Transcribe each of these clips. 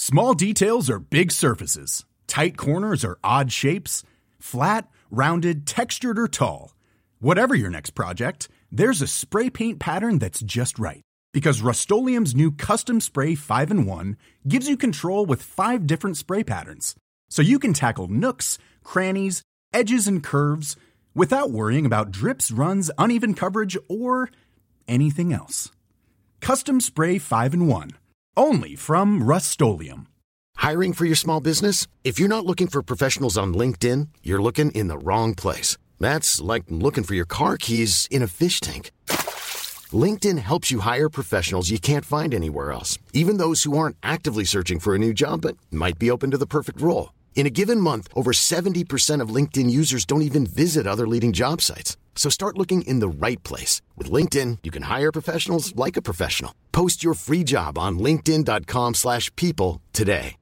Small details are big surfaces. Tight corners are odd shapes. Flat, rounded, textured, or tall. Whatever your next project, there's a spray paint pattern that's just right. Because Rust-Oleum's new Custom Spray 5-in-1 gives you control with 5 different spray patterns. So you can tackle nooks, crannies, edges, and curves without worrying about drips, runs, uneven coverage, or anything else. Custom Spray 5-in-1. Only from Rust-Oleum. Hiring for your small business? If you're not looking for professionals on LinkedIn, you're looking in the wrong place. That's like looking for your car keys in a fish tank. LinkedIn helps you hire professionals you can't find anywhere else, even those who aren't actively searching for a new job but might be open to the perfect role. In a given month, over 70% of LinkedIn users don't even visit other leading job sites. So start looking in the right place. With LinkedIn, you can hire professionals like a professional. Post your free job on linkedin.com/people today.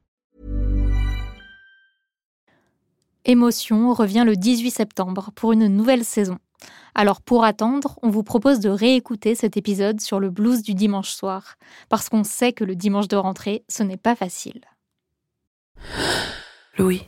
Émotion revient le 18 septembre pour une nouvelle saison. Alors pour attendre, on vous propose de réécouter cet épisode sur le blues du dimanche soir, parce qu'on sait que le dimanche de rentrée, ce n'est pas facile. Louis.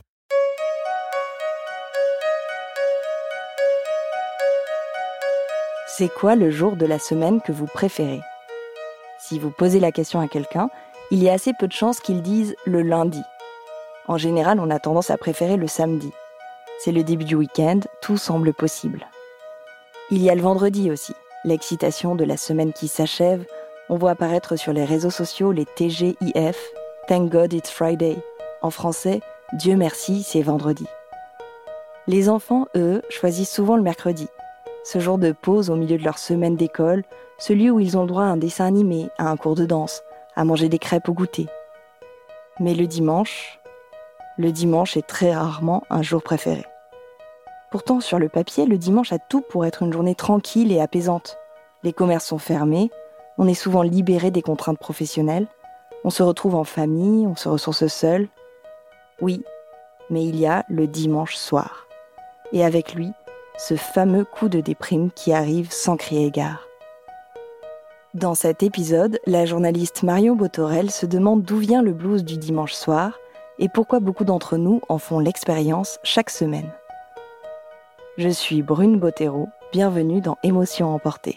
C'est quoi le jour de la semaine que vous préférez ? Si vous posez la question à quelqu'un, il y a assez peu de chances qu'il dise le lundi. En général, on a tendance à préférer le samedi. C'est le début du week-end, tout semble possible. Il y a le vendredi aussi, l'excitation de la semaine qui s'achève. On voit apparaître sur les réseaux sociaux les TGIF, Thank God It's Friday. En français, Dieu merci, c'est vendredi. Les enfants, eux, choisissent souvent le mercredi. Ce jour de pause au milieu de leur semaine d'école, celui où ils ont le droit à un dessin animé, à un cours de danse, à manger des crêpes au goûter. Mais le dimanche est très rarement un jour préféré. Pourtant, sur le papier, le dimanche a tout pour être une journée tranquille et apaisante. Les commerces sont fermés, on est souvent libéré des contraintes professionnelles, on se retrouve en famille, on se ressource seul. Oui, mais il y a le dimanche soir. Et avec lui, ce fameux coup de déprime qui arrive sans crier gare. Dans cet épisode, la journaliste Marion Botorel se demande d'où vient le blues du dimanche soir et pourquoi beaucoup d'entre nous en font l'expérience chaque semaine. Je suis Brune Bottero, bienvenue dans Émotion emportée.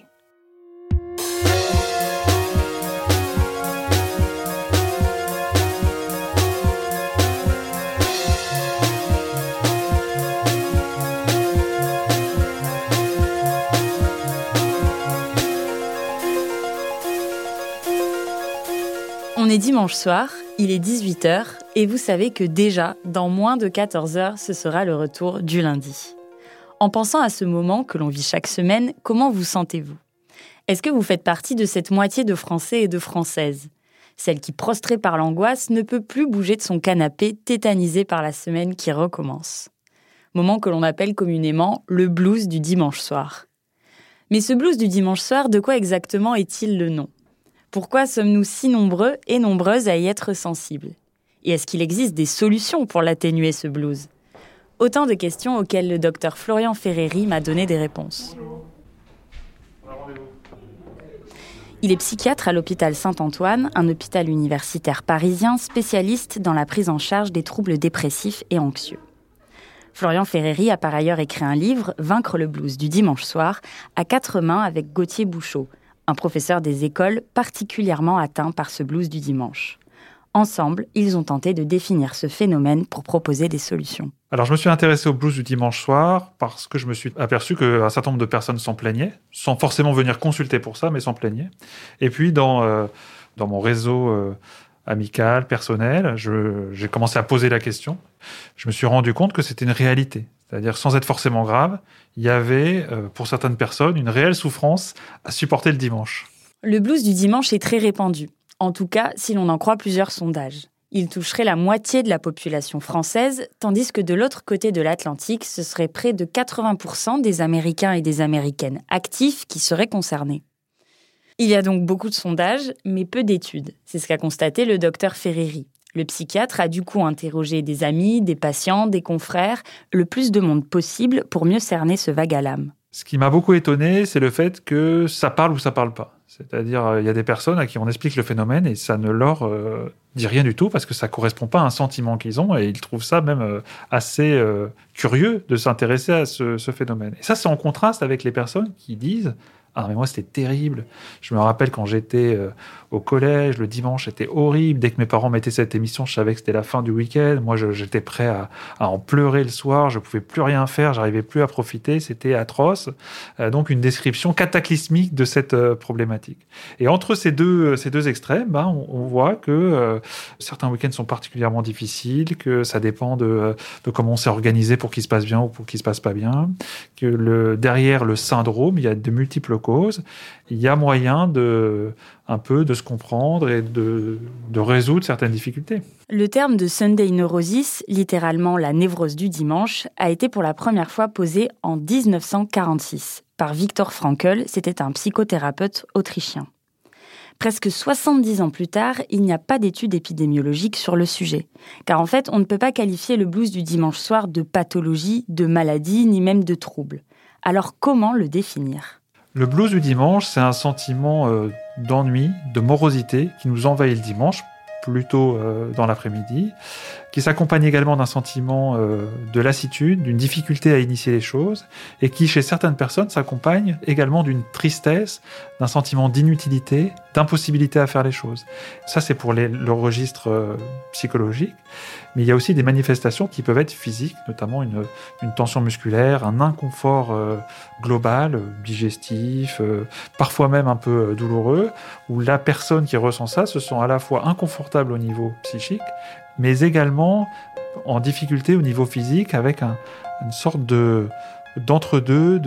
On est dimanche soir, il est 18h et vous savez que déjà, dans moins de 14h, ce sera le retour du lundi. En pensant à ce moment que l'on vit chaque semaine, comment vous sentez-vous ? Est-ce que vous faites partie de cette moitié de Français et de Françaises ? Celle qui, prostrée par l'angoisse, ne peut plus bouger de son canapé, tétanisée par la semaine qui recommence. Moment que l'on appelle communément le blues du dimanche soir. Mais ce blues du dimanche soir, de quoi exactement est-il le nom ? Pourquoi sommes-nous si nombreux et nombreuses à y être sensibles ? Et est-ce qu'il existe des solutions pour l'atténuer, ce blues ? Autant de questions auxquelles le docteur Florian Ferreri m'a donné des réponses. Il est psychiatre à l'hôpital Saint-Antoine, un hôpital universitaire parisien spécialiste dans la prise en charge des troubles dépressifs et anxieux. Florian Ferreri a par ailleurs écrit un livre, Vaincre le blues du dimanche soir, à 4 mains avec Gauthier Bouchot, un professeur des écoles particulièrement atteint par ce blues du dimanche. Ensemble, ils ont tenté de définir ce phénomène pour proposer des solutions. Alors, je me suis intéressé au blues du dimanche soir parce que je me suis aperçu qu'un certain nombre de personnes s'en plaignaient, sans forcément venir consulter pour ça, mais s'en plaignaient. Et puis, dans mon réseau amical, personnel, j'ai commencé à poser la question. Je me suis rendu compte que c'était une réalité. C'est-à-dire, sans être forcément grave, il y avait, pour certaines personnes, une réelle souffrance à supporter le dimanche. Le blues du dimanche est très répandu. En tout cas, si l'on en croit plusieurs sondages. Il toucherait la moitié de la population française, tandis que de l'autre côté de l'Atlantique, ce serait près de 80% des Américains et des Américaines actifs qui seraient concernés. Il y a donc beaucoup de sondages, mais peu d'études. C'est ce qu'a constaté le docteur Ferreri. Le psychiatre a du coup interrogé des amis, des patients, des confrères, le plus de monde possible pour mieux cerner ce vague à l'âme. Ce qui m'a beaucoup étonné, c'est le fait que ça parle ou ça parle pas. C'est-à-dire, il y a des personnes à qui on explique le phénomène et ça ne leur dit rien du tout parce que ça ne correspond pas à un sentiment qu'ils ont et ils trouvent ça même assez curieux de s'intéresser à ce phénomène. Et ça, c'est en contraste avec les personnes qui disent « Ah, mais moi, c'était terrible. Je me rappelle quand j'étais au collège, le dimanche, c'était horrible. Dès que mes parents mettaient cette émission, je savais que c'était la fin du week-end. Moi, j'étais prêt à en pleurer le soir. Je ne pouvais plus rien faire. J'arrivais plus à profiter. C'était atroce. » Donc, une description cataclysmique de cette problématique. Et entre ces deux extrêmes, on voit que certains week-ends sont particulièrement difficiles, que ça dépend de comment on s'est organisé pour qu'il se passe bien ou pour qu'il se passe pas bien, que derrière le syndrome, il y a de multiples causes. Il y a moyen un peu de se comprendre et de résoudre certaines difficultés. Le terme de Sunday Neurosis, littéralement la névrose du dimanche, a été pour la première fois posé en 1946 par Viktor Frankl, c'était un psychothérapeute autrichien. Presque 70 ans plus tard, il n'y a pas d'études épidémiologiques sur le sujet. Car en fait, on ne peut pas qualifier le blues du dimanche soir de pathologie, de maladie, ni même de trouble. Alors comment le définir ? Le blues du dimanche, c'est un sentiment d'ennui, de morosité qui nous envahit le dimanche, plutôt dans l'après-midi, qui s'accompagne également d'un sentiment de lassitude, d'une difficulté à initier les choses, et qui, chez certaines personnes, s'accompagne également d'une tristesse, d'un sentiment d'inutilité, d'impossibilité à faire les choses. Ça, c'est pour le registre psychologique, mais il y a aussi des manifestations qui peuvent être physiques, notamment une tension musculaire, un inconfort global, digestif, parfois même un peu douloureux, où la personne qui ressent ça se sent à la fois inconfortable au niveau psychique, mais également en difficulté au niveau physique avec une sorte d'entre-deux,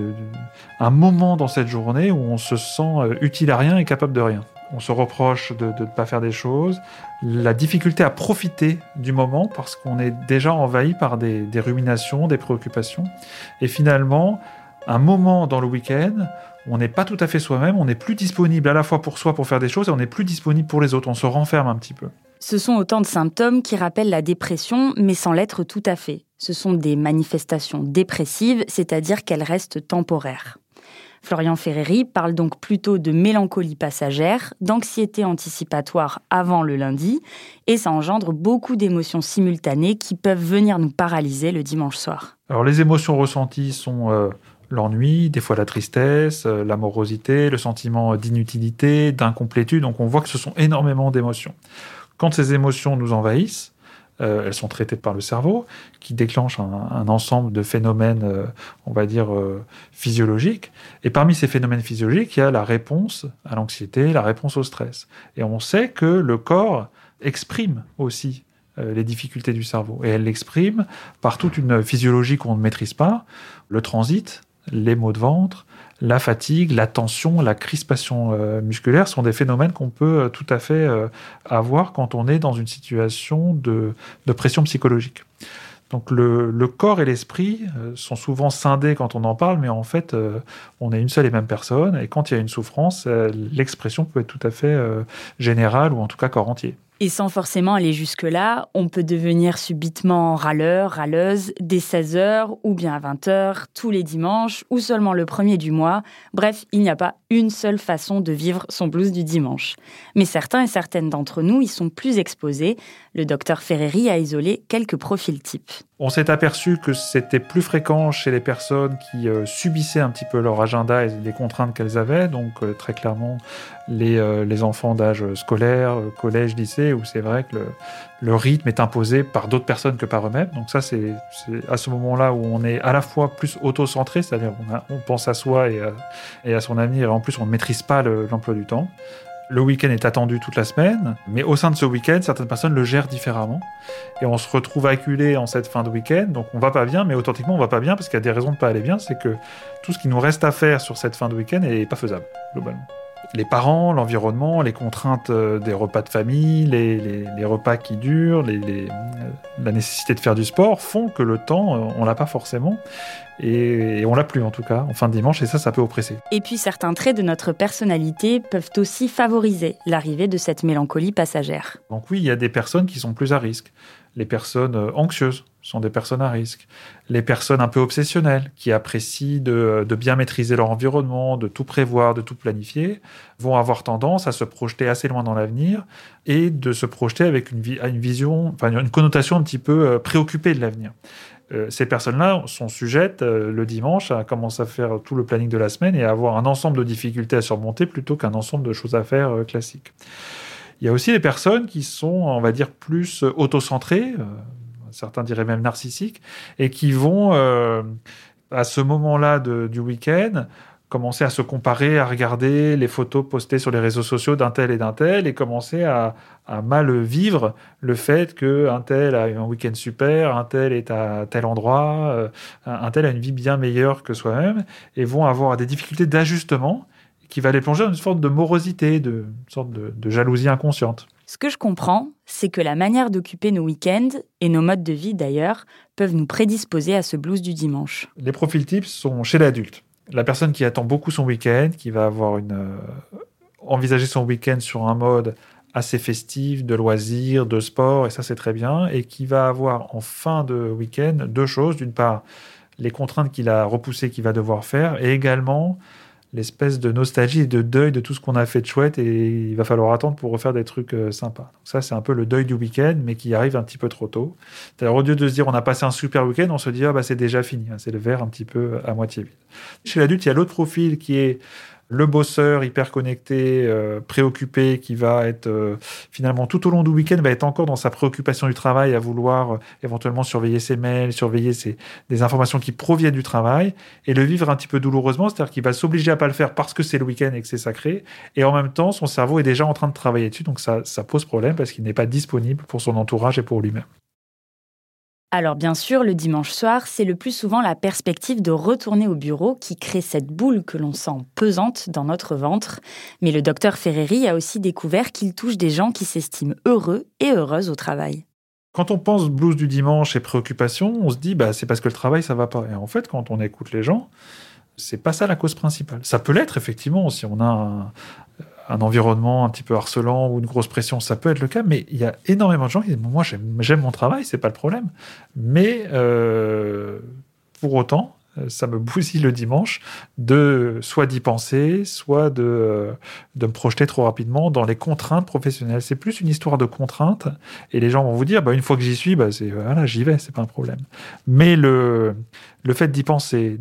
un moment dans cette journée où on se sent utile à rien et capable de rien. On se reproche de ne pas faire des choses, la difficulté à profiter du moment parce qu'on est déjà envahi par des ruminations, des préoccupations. Et finalement, un moment dans le week-end, on n'est pas tout à fait soi-même, on n'est plus disponible à la fois pour soi pour faire des choses et on n'est plus disponible pour les autres, on se renferme un petit peu. Ce sont autant de symptômes qui rappellent la dépression, mais sans l'être tout à fait. Ce sont des manifestations dépressives, c'est-à-dire qu'elles restent temporaires. Florian Ferreri parle donc plutôt de mélancolie passagère, d'anxiété anticipatoire avant le lundi, et ça engendre beaucoup d'émotions simultanées qui peuvent venir nous paralyser le dimanche soir. Alors les émotions ressenties sont l'ennui, des fois la tristesse, la morosité, le sentiment d'inutilité, d'incomplétude, donc on voit que ce sont énormément d'émotions. Quand ces émotions nous envahissent, elles sont traitées par le cerveau, qui déclenche un ensemble de phénomènes, on va dire, physiologiques. Et parmi ces phénomènes physiologiques, il y a la réponse à l'anxiété, la réponse au stress. Et on sait que le corps exprime aussi les difficultés du cerveau. Et elle l'exprime par toute une physiologie qu'on ne maîtrise pas, le transit, les maux de ventre, la fatigue, la tension, la crispation musculaire sont des phénomènes qu'on peut tout à fait avoir quand on est dans une situation de pression psychologique. Donc le corps et l'esprit sont souvent scindés quand on en parle, mais en fait, on est une seule et même personne, et quand il y a une souffrance, l'expression peut être tout à fait générale, ou en tout cas corps entier. Et sans forcément aller jusque-là, on peut devenir subitement râleur, râleuse, dès 16h ou bien à 20h, tous les dimanches ou seulement le 1er du mois. Bref, il n'y a pas une seule façon de vivre son blues du dimanche. Mais certains et certaines d'entre nous y sont plus exposés. Le docteur Ferreri a isolé quelques profils types. On s'est aperçu que c'était plus fréquent chez les personnes qui subissaient un petit peu leur agenda et les contraintes qu'elles avaient. Donc très clairement, les enfants d'âge scolaire, collège, lycée, où c'est vrai que le rythme est imposé par d'autres personnes que par eux-mêmes. Donc ça, c'est à ce moment-là où on est à la fois plus auto-centré, c'est-à-dire on pense à soi et à son avenir, et en plus on ne maîtrise pas l'emploi du temps. Le week-end est attendu toute la semaine, mais au sein de ce week-end, certaines personnes le gèrent différemment. Et on se retrouve acculé en cette fin de week-end, donc on va pas bien, mais authentiquement on va pas bien parce qu'il y a des raisons de pas aller bien, c'est que tout ce qui nous reste à faire sur cette fin de week-end n'est pas faisable, globalement. Les parents, l'environnement, les contraintes des repas de famille, les repas qui durent, la nécessité de faire du sport font que le temps, on l'a pas forcément. Et on l'a plus en tout cas, en fin de dimanche, et ça peut oppresser. Et puis certains traits de notre personnalité peuvent aussi favoriser l'arrivée de cette mélancolie passagère. Donc oui, il y a des personnes qui sont plus à risque. Les personnes anxieuses sont des personnes à risque. Les personnes un peu obsessionnelles, qui apprécient de bien maîtriser leur environnement, de tout prévoir, de tout planifier, vont avoir tendance à se projeter assez loin dans l'avenir et de se projeter avec une vision, enfin une connotation un petit peu préoccupée de l'avenir. Ces personnes-là sont sujettes le dimanche à commencer à faire tout le planning de la semaine et à avoir un ensemble de difficultés à surmonter plutôt qu'un ensemble de choses à faire classiques. Il y a aussi des personnes qui sont, on va dire, plus autocentrées, certains diraient même narcissiques, et qui vont, à ce moment-là du week-end, commencer à se comparer, à regarder les photos postées sur les réseaux sociaux d'un tel et commencer à mal vivre le fait qu'un tel a eu un week-end super, un tel est à tel endroit, un tel a une vie bien meilleure que soi-même, et vont avoir des difficultés d'ajustement qui va les plonger dans une sorte de morosité, une sorte de jalousie inconsciente. Ce que je comprends, c'est que la manière d'occuper nos week-ends, et nos modes de vie d'ailleurs, peuvent nous prédisposer à ce blues du dimanche. Les profils types sont chez l'adulte. La personne qui attend beaucoup son week-end, qui va avoir envisager son week-end sur un mode assez festif, de loisirs, de sport, et ça c'est très bien, et qui va avoir en fin de week-end deux choses. D'une part, les contraintes qu'il a repoussées, qu'il va devoir faire, et également l'espèce de nostalgie et de deuil de tout ce qu'on a fait de chouette, et il va falloir attendre pour refaire des trucs sympas. Donc ça, c'est un peu le deuil du week-end, mais qui arrive un petit peu trop tôt. C'est-à-dire, au lieu de se dire on a passé un super week-end, on se dit c'est déjà fini, c'est le verre un petit peu à moitié vide. Chez l'adulte, il y a l'autre profil qui est le bosseur hyper connecté, préoccupé, qui va être finalement tout au long du week-end, va être encore dans sa préoccupation du travail, à vouloir éventuellement surveiller ses mails, surveiller des informations qui proviennent du travail, et le vivre un petit peu douloureusement, c'est-à-dire qu'il va s'obliger à pas le faire parce que c'est le week-end et que c'est sacré, et en même temps, son cerveau est déjà en train de travailler dessus, donc ça pose problème parce qu'il n'est pas disponible pour son entourage et pour lui-même. Alors bien sûr, le dimanche soir, c'est le plus souvent la perspective de retourner au bureau qui crée cette boule que l'on sent pesante dans notre ventre. Mais le docteur Ferreri a aussi découvert qu'il touche des gens qui s'estiment heureux et heureuses au travail. Quand on pense blues du dimanche et préoccupation, on se dit c'est parce que le travail ça va pas. Et en fait, quand on écoute les gens, c'est pas ça la cause principale. Ça peut l'être effectivement si on a un environnement un petit peu harcelant ou une grosse pression, ça peut être le cas, mais il y a énormément de gens qui disent moi j'aime mon travail, c'est pas le problème, mais pour autant ça me bousille le dimanche soit d'y penser, soit de me projeter trop rapidement dans les contraintes professionnelles. C'est plus une histoire de contraintes, et les gens vont vous dire une fois que j'y suis, j'y vais, c'est pas un problème. Mais le fait d'y penser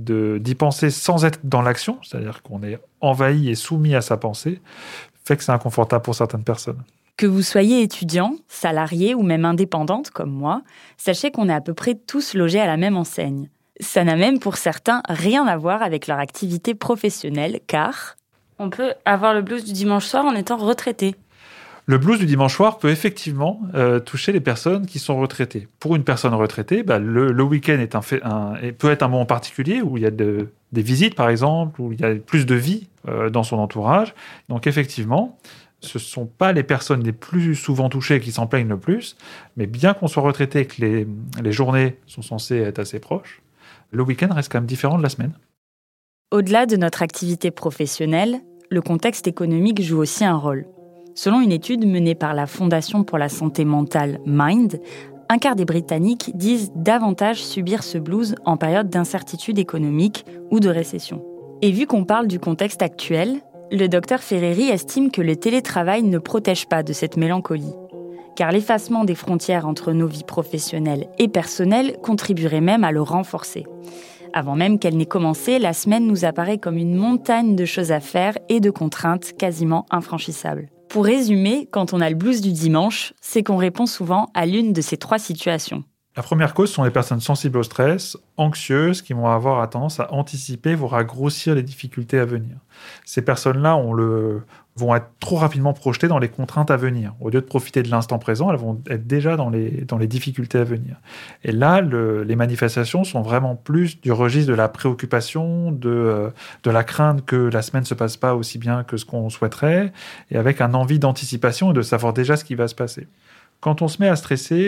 sans être dans l'action, c'est-à-dire qu'on est envahi et soumis à sa pensée, fait que c'est inconfortable pour certaines personnes. Que vous soyez étudiant, salarié ou même indépendante comme moi, sachez qu'on est à peu près tous logés à la même enseigne. Ça n'a même pour certains rien à voir avec leur activité professionnelle, car on peut avoir le blues du dimanche soir en étant retraité. Le blues du dimanche soir peut effectivement toucher les personnes qui sont retraitées. Pour une personne retraitée, le week-end peut être un moment particulier où il y a des visites, par exemple, où il y a plus de vie dans son entourage. Donc effectivement, ce ne sont pas les personnes les plus souvent touchées qui s'en plaignent le plus, mais bien qu'on soit retraité et que les journées sont censées être assez proches, le week-end reste quand même différent de la semaine. Au-delà de notre activité professionnelle, le contexte économique joue aussi un rôle. Selon une étude menée par la Fondation pour la santé mentale Mind, un quart des Britanniques disent davantage subir ce blues en période d'incertitude économique ou de récession. Et vu qu'on parle du contexte actuel, le docteur Ferreri estime que le télétravail ne protège pas de cette mélancolie. Car l'effacement des frontières entre nos vies professionnelles et personnelles contribuerait même à le renforcer. Avant même qu'elle n'ait commencé, la semaine nous apparaît comme une montagne de choses à faire et de contraintes quasiment infranchissables. Pour résumer, quand on a le blues du dimanche, c'est qu'on répond souvent à l'une de ces trois situations. La première cause sont les personnes sensibles au stress, anxieuses, qui vont avoir tendance à anticiper, voire à grossir les difficultés à venir. Ces personnes-là vont être trop rapidement projetées dans les contraintes à venir. Au lieu de profiter de l'instant présent, elles vont être déjà dans les difficultés à venir. Et là, les manifestations sont vraiment plus du registre de la préoccupation, de la crainte que la semaine ne se passe pas aussi bien que ce qu'on souhaiterait, et avec un envie d'anticipation et de savoir déjà ce qui va se passer. Quand on se met à stresser,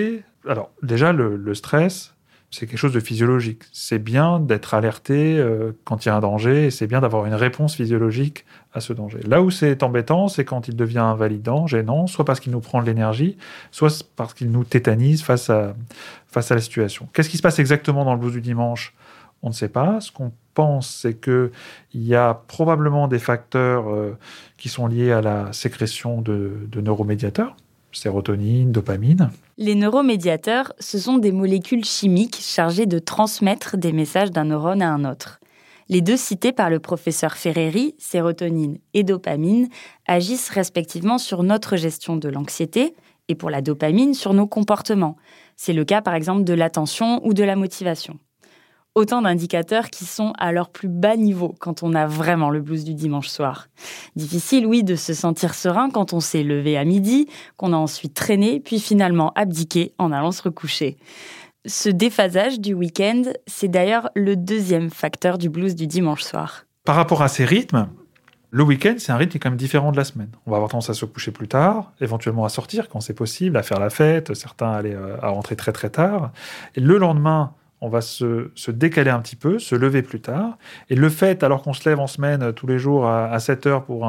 Alors, déjà, le stress, c'est quelque chose de physiologique. C'est bien d'être alerté quand il y a un danger, et c'est bien d'avoir une réponse physiologique à ce danger. Là où c'est embêtant, c'est quand il devient invalidant, gênant, soit parce qu'il nous prend de l'énergie, soit parce qu'il nous tétanise face à la situation. Qu'est-ce qui se passe exactement dans le blues du dimanche ? On ne sait pas. Ce qu'on pense, c'est qu'il y a probablement des facteurs qui sont liés à la sécrétion de neuromédiateurs, sérotonine, dopamine. Les neuromédiateurs, ce sont des molécules chimiques chargées de transmettre des messages d'un neurone à un autre. Les deux cités par le professeur Ferreri, sérotonine et dopamine, agissent respectivement sur notre gestion de l'anxiété et pour la dopamine sur nos comportements. C'est le cas par exemple de l'attention ou de la motivation. Autant d'indicateurs qui sont à leur plus bas niveau quand on a vraiment le blues du dimanche soir. Difficile, oui, de se sentir serein quand on s'est levé à midi, qu'on a ensuite traîné, puis finalement abdiqué en allant se recoucher. Ce déphasage du week-end, c'est d'ailleurs le deuxième facteur du blues du dimanche soir. Par rapport à ces rythmes, le week-end, c'est un rythme qui est quand même différent de la semaine. On va avoir tendance à se coucher plus tard, éventuellement à sortir quand c'est possible, à faire la fête, certains à rentrer très très tard. Et le lendemain, on va se décaler un petit peu, se lever plus tard. Et le fait, alors qu'on se lève en semaine tous les jours à 7 heures pour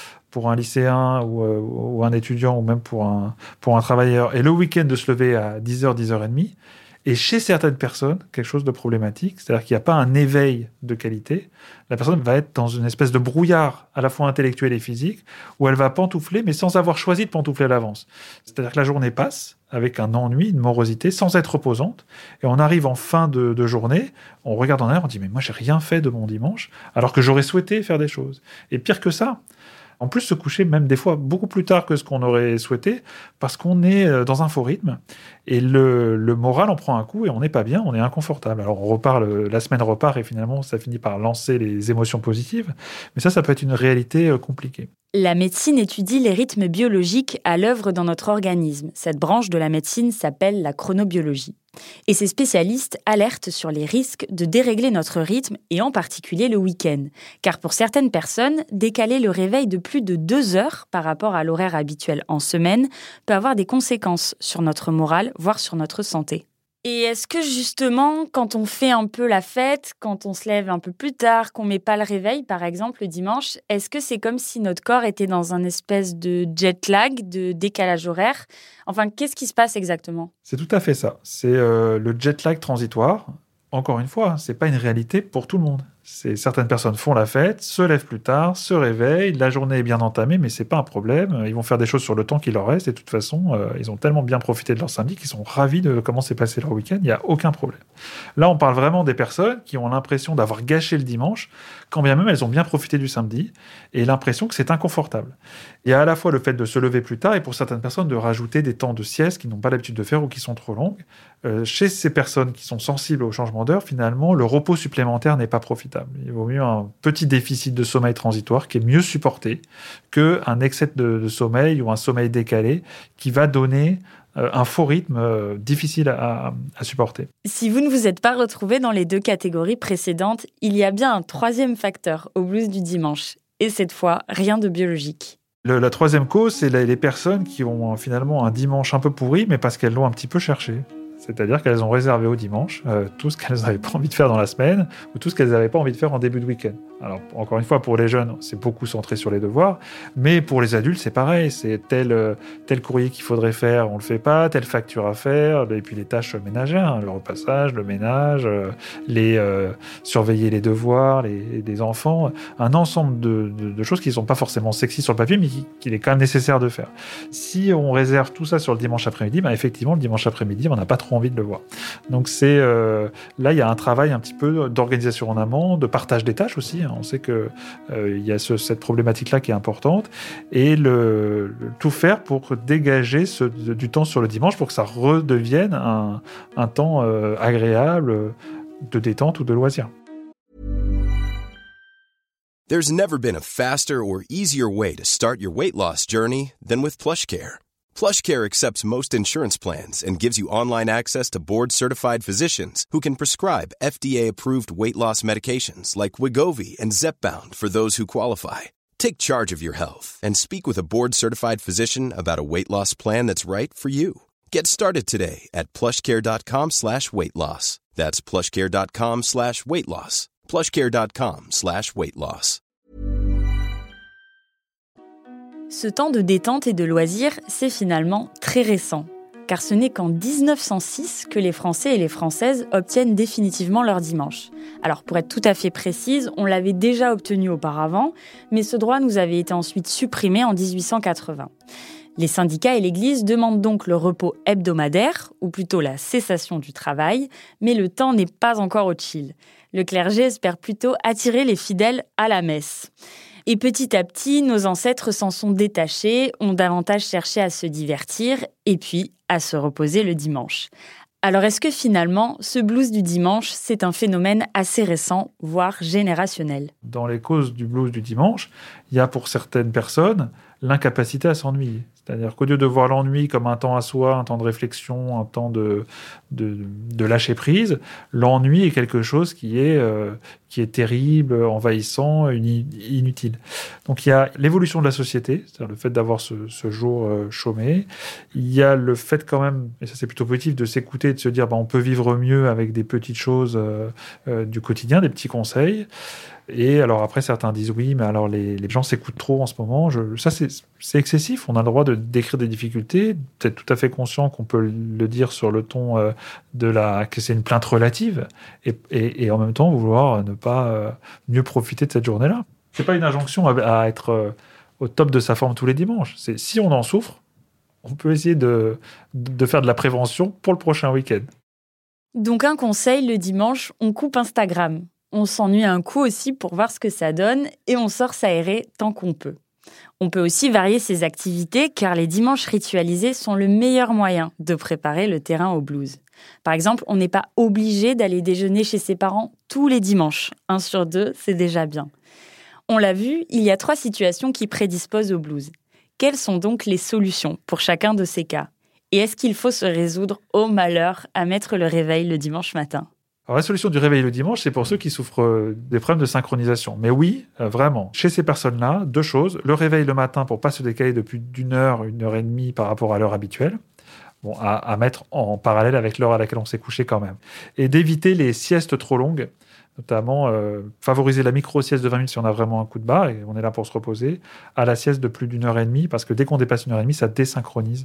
un lycéen ou un étudiant ou même pour un travailleur, et le week-end de se lever à 10h, 10h30, et chez certaines personnes, quelque chose de problématique, c'est-à-dire qu'il n'y a pas un éveil de qualité. La personne va être dans une espèce de brouillard à la fois intellectuel et physique, où elle va pantoufler, mais sans avoir choisi de pantoufler à l'avance. C'est-à-dire que la journée passe avec un ennui, une morosité, sans être reposante, et on arrive en fin de journée, on regarde en arrière, on dit « mais moi, j'ai rien fait de mon dimanche, alors que j'aurais souhaité faire des choses ». Et pire que ça, en plus se coucher même des fois beaucoup plus tard que ce qu'on aurait souhaité, parce qu'on est dans un faux rythme, et le moral en prend un coup, et on n'est pas bien, on est inconfortable. Alors on repart, la semaine repart, et finalement ça finit par lancer les émotions positives, mais ça peut être une réalité compliquée. La médecine étudie les rythmes biologiques à l'œuvre dans notre organisme. Cette branche de la médecine s'appelle la chronobiologie. Et ces spécialistes alertent sur les risques de dérégler notre rythme, et en particulier le week-end. Car pour certaines personnes, décaler le réveil de plus de 2 heures par rapport à l'horaire habituel en semaine peut avoir des conséquences sur notre morale, voire sur notre santé. Et est-ce que justement, quand on fait un peu la fête, quand on se lève un peu plus tard, qu'on met pas le réveil, par exemple, le dimanche, est-ce que c'est comme si notre corps était dans un espèce de jet lag, de décalage horaire ? Enfin, qu'est-ce qui se passe exactement ? C'est tout à fait ça. C'est le jet lag transitoire. Encore une fois, c'est pas une réalité pour tout le monde. Certaines personnes font la fête, se lèvent plus tard, se réveillent, la journée est bien entamée, mais c'est pas un problème. Ils vont faire des choses sur le temps qui leur reste, et de toute façon, ils ont tellement bien profité de leur samedi qu'ils sont ravis de comment s'est passé leur week-end, il n'y a aucun problème. Là, on parle vraiment des personnes qui ont l'impression d'avoir gâché le dimanche, quand bien même elles ont bien profité du samedi, et l'impression que c'est inconfortable. Il y a à la fois le fait de se lever plus tard, et pour certaines personnes, de rajouter des temps de sieste qu'ils n'ont pas l'habitude de faire ou qui sont trop longues. Chez ces personnes qui sont sensibles au changement d'heure, finalement, le repos supplémentaire n'est pas profitable. Il vaut mieux un petit déficit de sommeil transitoire qui est mieux supporté qu'un excès de sommeil ou un sommeil décalé qui va donner un faux rythme difficile à supporter. Si vous ne vous êtes pas retrouvé dans les 2 catégories précédentes, il y a bien un 3e facteur au blues du dimanche. Et cette fois, rien de biologique. La 3e cause, c'est les personnes qui ont finalement un dimanche un peu pourri, mais parce qu'elles l'ont un petit peu cherché. C'est-à-dire qu'elles ont réservé au dimanche tout ce qu'elles n'avaient pas envie de faire dans la semaine ou tout ce qu'elles n'avaient pas envie de faire en début de week-end. Alors, encore une fois, pour les jeunes, c'est beaucoup centré sur les devoirs, mais pour les adultes, c'est pareil. C'est tel courrier qu'il faudrait faire, on le fait pas, telle facture à faire, et puis les tâches ménagères, le repassage, le ménage, surveiller les devoirs, des enfants, un ensemble de choses qui ne sont pas forcément sexy sur le papier, mais qu'il est quand même nécessaire de faire. Si on réserve tout ça sur le dimanche après-midi, effectivement, le dimanche après-midi, on n'a pas trop envie de le voir. Donc là, il y a un travail un petit peu d'organisation en amont, de partage des tâches aussi. On sait que il y a cette problématique-là qui est importante, et tout faire pour dégager du temps sur le dimanche pour que ça redevienne un temps agréable de détente ou de loisir. There's never been a faster or easier way to start your weight loss journey than with PlushCare. PlushCare accepts most insurance plans and gives you online access to board-certified physicians who can prescribe FDA-approved weight loss medications like Wegovy and Zepbound for those who qualify. Take charge of your health and speak with a board-certified physician about a weight loss plan that's right for you. Get started today at plushcare.com/weight-loss. That's plushcare.com/weight-loss. plushcare.com/weight-loss. Ce temps de détente et de loisirs, c'est finalement très récent. Car ce n'est qu'en 1906 que les Français et les Françaises obtiennent définitivement leur dimanche. Alors pour être tout à fait précise, on l'avait déjà obtenu auparavant, mais ce droit nous avait été ensuite supprimé en 1880. Les syndicats et l'Église demandent donc le repos hebdomadaire, ou plutôt la cessation du travail, mais le temps n'est pas encore au chill. Le clergé espère plutôt attirer les fidèles à la messe. Et petit à petit, nos ancêtres s'en sont détachés, ont davantage cherché à se divertir et puis à se reposer le dimanche. Alors est-ce que finalement, ce blues du dimanche, c'est un phénomène assez récent, voire générationnel ? Dans les causes du blues du dimanche, il y a pour certaines personnes l'incapacité à s'ennuyer. C'est-à-dire qu'au lieu de voir l'ennui comme un temps à soi, un temps de réflexion, un temps de lâcher prise, l'ennui est quelque chose qui est terrible, envahissant, inutile. Donc il y a l'évolution de la société, c'est-à-dire le fait d'avoir ce jour chômé. Il y a le fait quand même, et ça c'est plutôt positif, de s'écouter et de se dire on peut vivre mieux avec des petites choses du quotidien, des petits conseils. Et alors après, certains disent oui, mais alors les gens s'écoutent trop en ce moment. Ça, c'est excessif. On a le droit de décrire des difficultés, d'être tout à fait conscient qu'on peut le dire sur le ton que c'est une plainte relative, et en même temps vouloir ne pas mieux profiter de cette journée-là. C'est pas une injonction à être au top de sa forme tous les dimanches. C'est si on en souffre, on peut essayer de faire de la prévention pour le prochain week-end. Donc un conseil, le dimanche, on coupe Instagram. On s'ennuie un coup aussi pour voir ce que ça donne et on sort s'aérer tant qu'on peut. On peut aussi varier ses activités car les dimanches ritualisés sont le meilleur moyen de préparer le terrain au blues. Par exemple, on n'est pas obligé d'aller déjeuner chez ses parents tous les dimanches. 1 sur 2, c'est déjà bien. On l'a vu, il y a 3 situations qui prédisposent au blues. Quelles sont donc les solutions pour chacun de ces cas ? Et est-ce qu'il faut se résoudre au malheur à mettre le réveil le dimanche matin ? Alors, la solution du réveil le dimanche, c'est pour ceux qui souffrent des problèmes de synchronisation. Mais oui, vraiment, chez ces personnes-là, 2 choses. Le réveil le matin pour ne pas se décaler de plus d'1 heure, 1 heure et demie par rapport à l'heure habituelle. Bon, à mettre en parallèle avec l'heure à laquelle on s'est couché quand même. Et d'éviter les siestes trop longues, notamment favoriser la micro-sieste de 20 minutes si on a vraiment un coup de barre, et on est là pour se reposer, à la sieste de plus d'1 heure et demie, parce que dès qu'on dépasse 1 heure et demie, ça désynchronise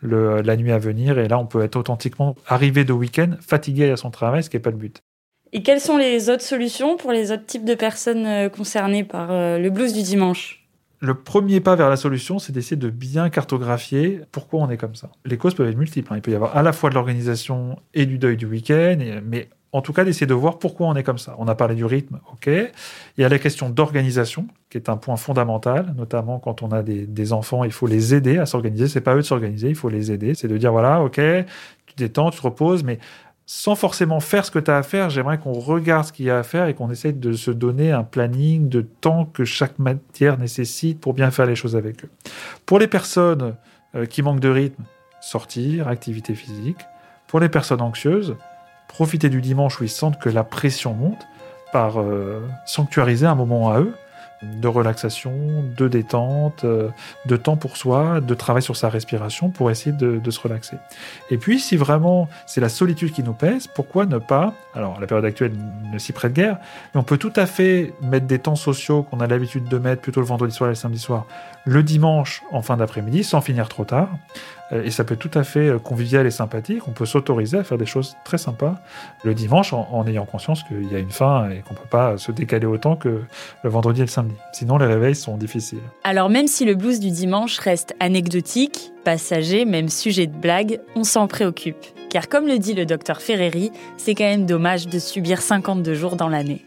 la nuit à venir, et là on peut être authentiquement arrivé de week-end, fatigué à son travail, ce qui n'est pas le but. Et quelles sont les autres solutions pour les autres types de personnes concernées par le blues du dimanche ? Le premier pas vers la solution, c'est d'essayer de bien cartographier pourquoi on est comme ça. Les causes peuvent être multiples. Il peut y avoir à la fois de l'organisation et du deuil du week-end, mais en tout cas d'essayer de voir pourquoi on est comme ça. On a parlé du rythme, ok. Il y a la question d'organisation, qui est un point fondamental, notamment quand on a des enfants, il faut les aider à s'organiser. C'est pas eux de s'organiser, il faut les aider. C'est de dire, voilà, ok, tu détends, tu te reposes, mais sans forcément faire ce que tu as à faire, j'aimerais qu'on regarde ce qu'il y a à faire et qu'on essaye de se donner un planning de temps que chaque matière nécessite pour bien faire les choses avec eux. Pour les personnes qui manquent de rythme, sortir, activité physique. Pour les personnes anxieuses, profiter du dimanche où ils sentent que la pression monte par sanctuariser un moment à eux, de relaxation, de détente, de temps pour soi, de travail sur sa respiration pour essayer de se relaxer. Et puis, si vraiment c'est la solitude qui nous pèse, pourquoi ne pas... Alors, la période actuelle ne s'y prête guère, mais on peut tout à fait mettre des temps sociaux qu'on a l'habitude de mettre plutôt le vendredi soir et le samedi soir, le dimanche en fin d'après-midi, sans finir trop tard. Et ça peut être tout à fait convivial et sympathique. On peut s'autoriser à faire des choses très sympas le dimanche en ayant conscience qu'il y a une fin et qu'on ne peut pas se décaler autant que le vendredi et le samedi. Sinon, les réveils sont difficiles. Alors même si le blues du dimanche reste anecdotique, passager, même sujet de blague, on s'en préoccupe. Car comme le dit le docteur Ferreri, c'est quand même dommage de subir 52 jours dans l'année.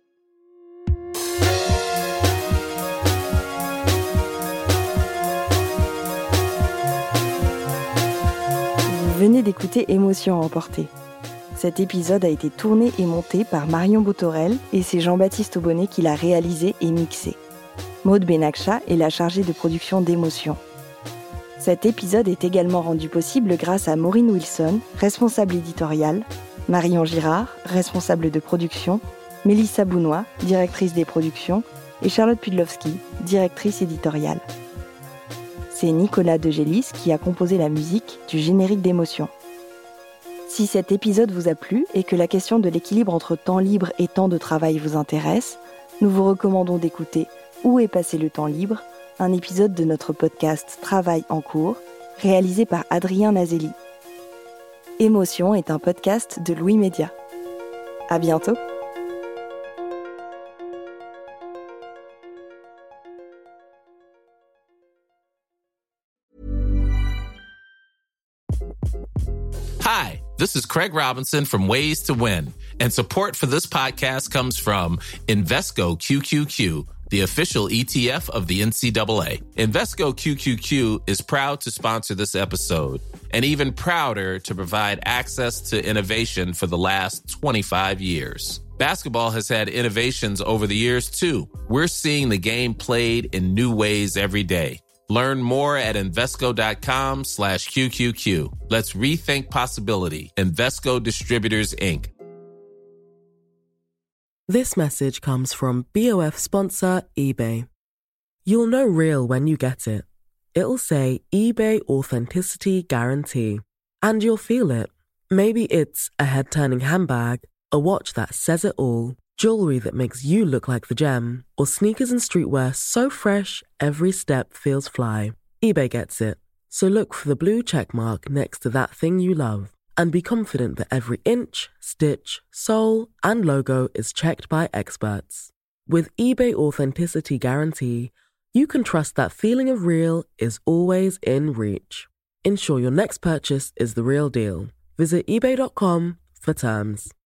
Vous venez d'écouter Émotion à emporter. Cet épisode a été tourné et monté par Marion Botorel et c'est Jean-Baptiste Aubonnet qui l'a réalisé et mixé. Maud Benakcha est la chargée de production d'Émotion. Cet épisode est également rendu possible grâce à Maureen Wilson, responsable éditoriale, Marion Girard, responsable de production, Mélissa Bounois, directrice des productions, et Charlotte Pudlowski, directrice éditoriale. c'est Nicolas Degélis qui a composé la musique du générique d'Émotion. Si cet épisode vous a plu et que la question de l'équilibre entre temps libre et temps de travail vous intéresse, nous vous recommandons d'écouter Où est passé le temps libre, un épisode de notre podcast Travail en cours, réalisé par Adrien Nazelli. Émotion est un podcast de Louis Média. À bientôt. Hi, this is Craig Robinson from Ways to Win, and support for this podcast comes from Invesco QQQ, the official ETF of the NCAA. Invesco QQQ is proud to sponsor this episode, and even prouder to provide access to innovation for the last 25 years. Basketball has had innovations over the years, too. We're seeing the game played in new ways every day. Learn more at Invesco.com/QQQ. Let's rethink possibility. Invesco Distributors, Inc. This message comes from BOF sponsor eBay. You'll know real when you get it. It'll say eBay Authenticity Guarantee. And you'll feel it. Maybe it's a head-turning handbag, a watch that says it all, jewelry that makes you look like the gem, or sneakers and streetwear so fresh every step feels fly. eBay gets it. So look for the blue check mark next to that thing you love. And be confident that every inch, stitch, sole, and logo is checked by experts. With eBay Authenticity Guarantee, you can trust that feeling of real is always in reach. Ensure your next purchase is the real deal. Visit ebay.com for terms.